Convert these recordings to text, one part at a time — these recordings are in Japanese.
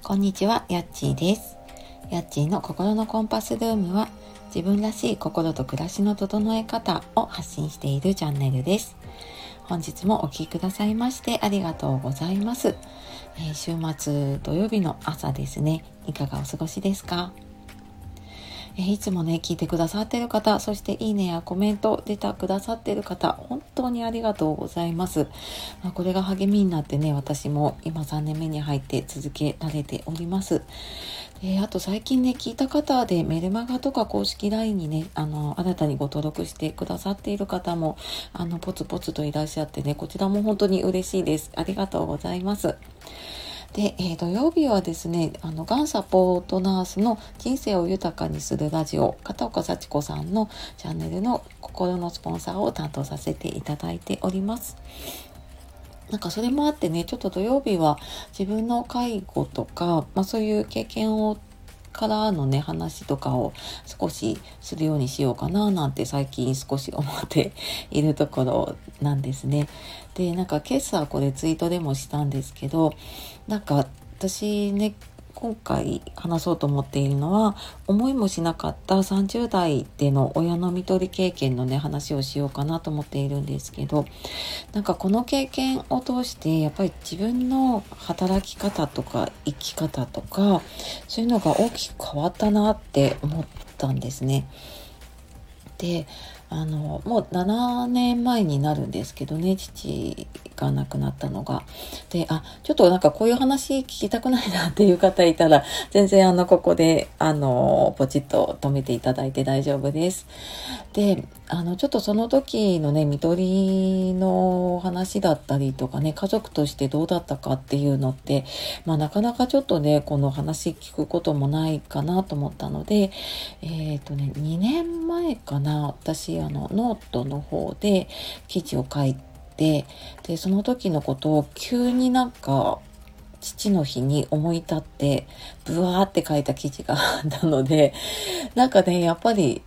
こんにちは、やっちーです。やっちーの心のコンパスルームは、自分らしい心と暮らしの整え方を発信しているチャンネルです。本日もお聞きくださいましてありがとうございます。週末土曜日の朝ですね。いかがお過ごしですか？いつもね聞いてくださっている方、そしていいねやコメント出たくださっている方、本当にありがとうございます。これが励みになってね、私も今3年目に入って続けられております。あと最近ね聞いた方でメルマガとか公式 LINE にね新たにご登録してくださっている方もポツポツといらっしゃってね、こちらも本当に嬉しいです。ありがとうございます。で、土曜日はですね、がんサポートナースの人生を豊かにするラジオ、片岡幸子さんのチャンネルの心のスポンサーを担当させていただいております。なんかそれもあってね、ちょっと土曜日は自分の介護とか、そういう経験をからのね話とかを少しするようにしようかななんて最近少し思っているところなんですね。で、なんか今朝これツイートでもしたんですけど、なんか私ね今回話そうと思っているのは、思いもしなかった30代での親の看取り経験のね話をしようかなと思っているんですけど、なんかこの経験を通してやっぱり自分の働き方とか生き方とかそういうのが大きく変わったなって思ったんですね。で、もう7年前になるんですけどね、父が亡くなったのが。で、ちょっとなんかこういう話聞きたくないなっていう方いたら、全然ここで、ポチッと止めていただいて大丈夫です。で、ちょっとその時のね、看取りの話だったりとかね、家族としてどうだったかっていうのって、なかなかちょっとね、この話聞くこともないかなと思ったので、2年前かな、私、ノートの方で記事を書いて、で、その時のことを急になんか、父の日に思い立ってブワーって書いた記事があったので、なんかねやっぱり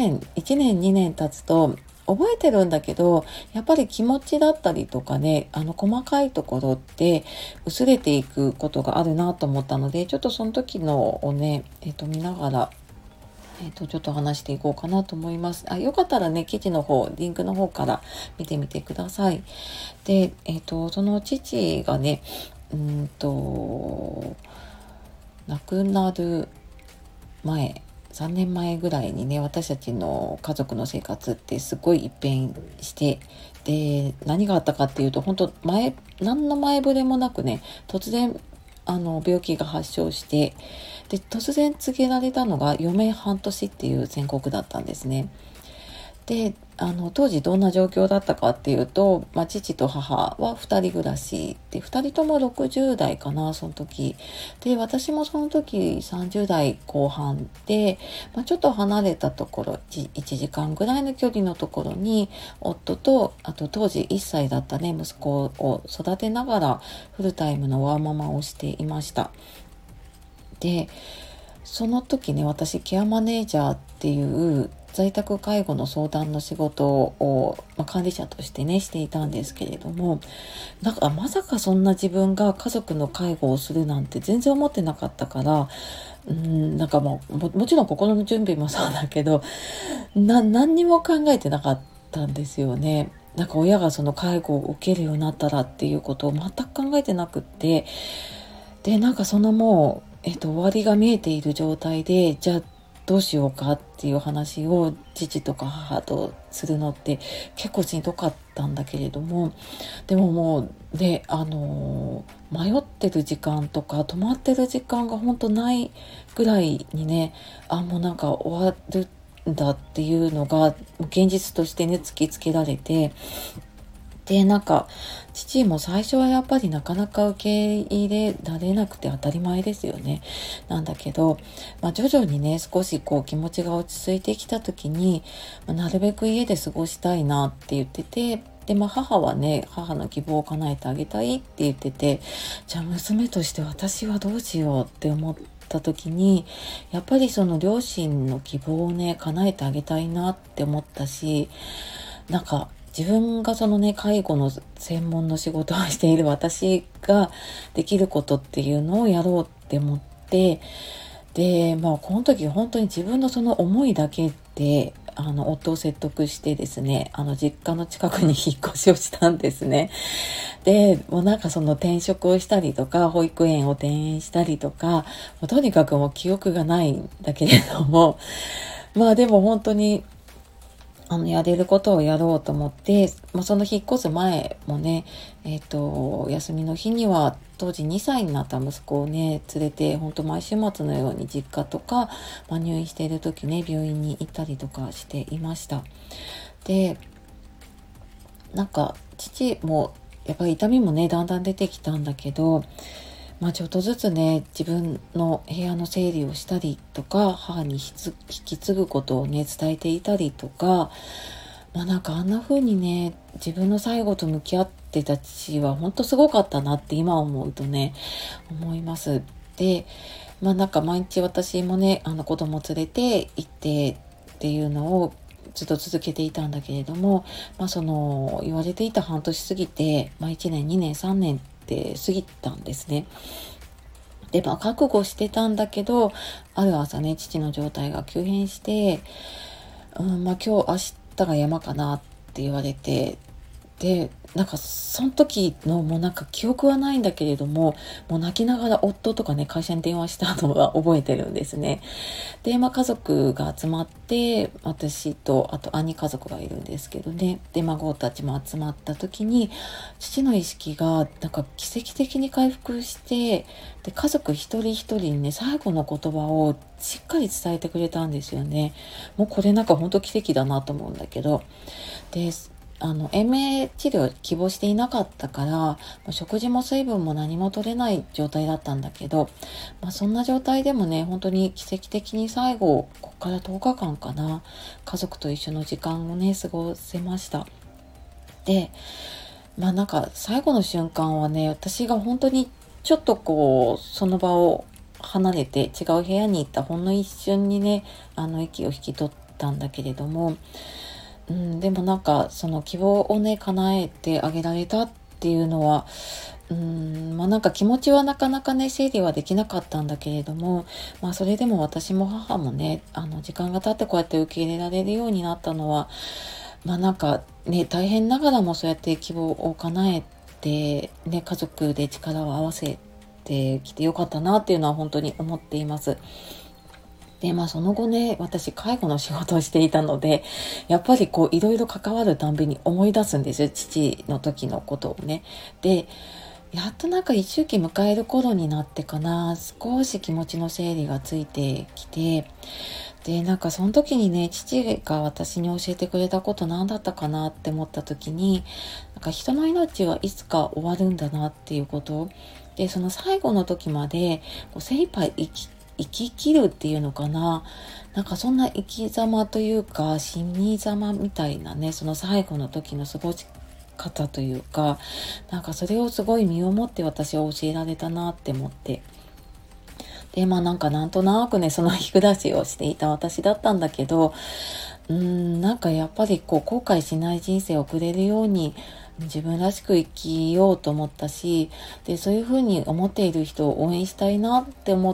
1年2年経つと覚えてるんだけど、やっぱり気持ちだったりとかね、細かいところって薄れていくことがあるなと思ったので、ちょっとその時のをね、見ながらちょっと話していこうかなと思います。よかったらね、記事の方、リンクの方から見てみてください。で、その父がね、亡くなる前、3年前ぐらいにね、私たちの家族の生活ってすごい一変して、で、何があったかっていうと、本当何の前触れもなくね、突然、病気が発症して、で、突然告げられたのが余命半年っていう宣告だったんですね。で、当時どんな状況だったかっていうと、父と母は2人暮らしで、2人とも60代かな、その時。で、私もその時30代後半で、ちょっと離れたところ、1時間ぐらいの距離のところに、夫と、あと当時1歳だったね、息子を育てながら、フルタイムのワーママをしていました。で、その時ね、私ケアマネージャーっていう在宅介護の相談の仕事を、管理者としてねしていたんですけれども、なんかまさかそんな自分が家族の介護をするなんて全然思ってなかったから、なんかもちろん心の準備もそうだけど、何にも考えてなかったんですよね。なんか親がその介護を受けるようになったらっていうことを全く考えてなくって、で、なんかそのもう、終わりが見えている状態で、じゃあどうしようかっていう話を父とか母とするのって結構しんどかったんだけれども、でももう、で、迷ってる時間とか止まってる時間が本当ないぐらいにね、もうなんか終わるんだっていうのが現実としてね突きつけられて、で、なんか、父も最初はやっぱりなかなか受け入れられなくて当たり前ですよね。なんだけど、徐々にね、少しこう気持ちが落ち着いてきた時に、なるべく家で過ごしたいなって言ってて、で、母はね、母の希望を叶えてあげたいって言ってて、じゃあ娘として私はどうしようって思った時に、やっぱりその両親の希望をね、叶えてあげたいなって思ったし、なんか自分がそのね介護の専門の仕事をしている私ができることっていうのをやろうっって思って、でこの時本当に自分のその思いだけで夫を説得してですね、実家の近くに引っ越しをしたんですね。で、もうなんかその転職をしたりとか、保育園を転園したりとか、とにかくもう記憶がないんだけれども、でも本当に、やれることをやろうと思って、その引っ越す前もね、休みの日には、当時2歳になった息子をね、連れて、本当毎週末のように実家とか、入院している時ね、病院に行ったりとかしていました。で、なんか、父も、やっぱり痛みもね、だんだん出てきたんだけど、ちょっとずつね、自分の部屋の整理をしたりとか、母に引き継ぐことをね、伝えていたりとか、なんかあんな風にね、自分の最後と向き合ってた父は本当すごかったなって今思うとね、思います。で、なんか毎日私もね、子供連れて行ってっていうのをずっと続けていたんだけれども、その言われていた半年過ぎて、1年、2年、3年って過ぎたんですね。で、覚悟してたんだけど、ある朝ね、父の状態が急変して、今日明日が山かなって言われて、で、なんかその時のもうなんか記憶はないんだけれども、もう泣きながら夫とかね、会社に電話したのは覚えてるんですね。で、家族が集まって、私と、あと兄家族がいるんですけどね。で、孫たちも集まった時に、父の意識がなんか奇跡的に回復して、で、家族一人一人にね、最後の言葉をしっかり伝えてくれたんですよね。もうこれなんか本当奇跡だなと思うんだけど。で、延命治療を希望していなかったから、食事も水分も何も取れない状態だったんだけど、そんな状態でもね、本当に奇跡的に最後、ここから10日間かな、家族と一緒の時間をね、過ごせました。で、なんか最後の瞬間はね、私が本当にちょっとその場を離れて違う部屋に行ったほんの一瞬にね、息を引き取ったんだけれども、でもなんかその希望をね叶えてあげられたっていうのはなんか気持ちはなかなかね整理はできなかったんだけれども、それでも私も母もね時間が経ってこうやって受け入れられるようになったのはなんかね大変ながらもそうやって希望を叶えてね家族で力を合わせてきてよかったなっていうのは本当に思っています。で、その後ね、私、介護の仕事をしていたので、やっぱりいろいろ関わるたんびに思い出すんですよ。父の時のことをね。で、やっとなんか一周期迎える頃になってかな、少し気持ちの整理がついてきて、で、なんかその時にね、父が私に教えてくれたこと何だったかなって思った時に、なんか人の命はいつか終わるんだなっていうこと。で、その最後の時まで、精一杯生き切るっていうのかな。なんかそんな生き様というか、死に様みたいなね、その最後の時の過ごし方というか、なんかそれをすごい身をもって私は教えられたなって思って。で、なんかなんとなくね、その日暮らしをしていた私だったんだけど、なんかやっぱり後悔しない人生を送れるように、自分らしく生きようと思ったし、で、そういうふうに思っている人を応援したいなって思って、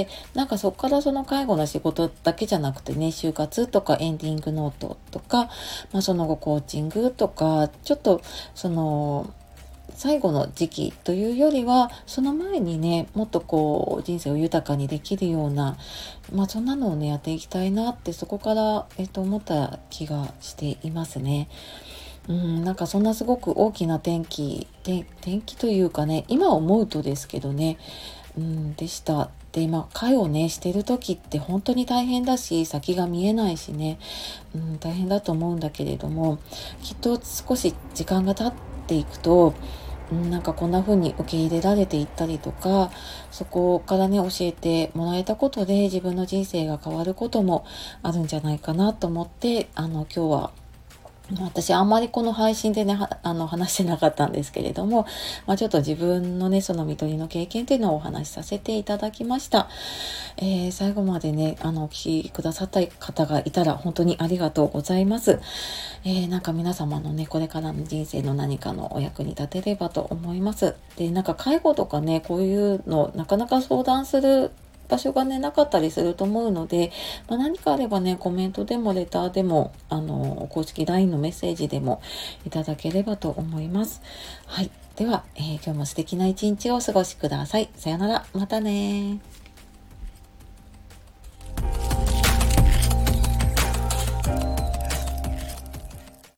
なんかそこからその介護の仕事だけじゃなくてね、就活とかエンディングノートとか、その後コーチングとか、ちょっとその、最後の時期というよりは、その前にね、もっと人生を豊かにできるような、そんなのをね、やっていきたいなって、そこから、思った気がしていますね。なんかそんなすごく大きな転機というかね、今思うとですけどね、でした。で、介護をね、してる時って本当に大変だし、先が見えないしね、大変だと思うんだけれども、きっと少し時間が経っていくと、なんかこんな風に受け入れられていったりとか、そこからね、教えてもらえたことで自分の人生が変わることもあるんじゃないかなと思って、今日は私あんまりこの配信でね、話してなかったんですけれども、ちょっと自分のね、その看取りの経験というのをお話しさせていただきました。最後までね、お聞きくださった方がいたら本当にありがとうございます。なんか皆様のね、これからの人生の何かのお役に立てればと思います。で、なんか介護とかね、こういうのなかなか相談する場所がね、なかったりすると思うので、何かあればね、コメントでもレターでも、公式 LINE のメッセージでもいただければと思います。はい。では、今日も素敵な一日をお過ごしください。さよなら。またね。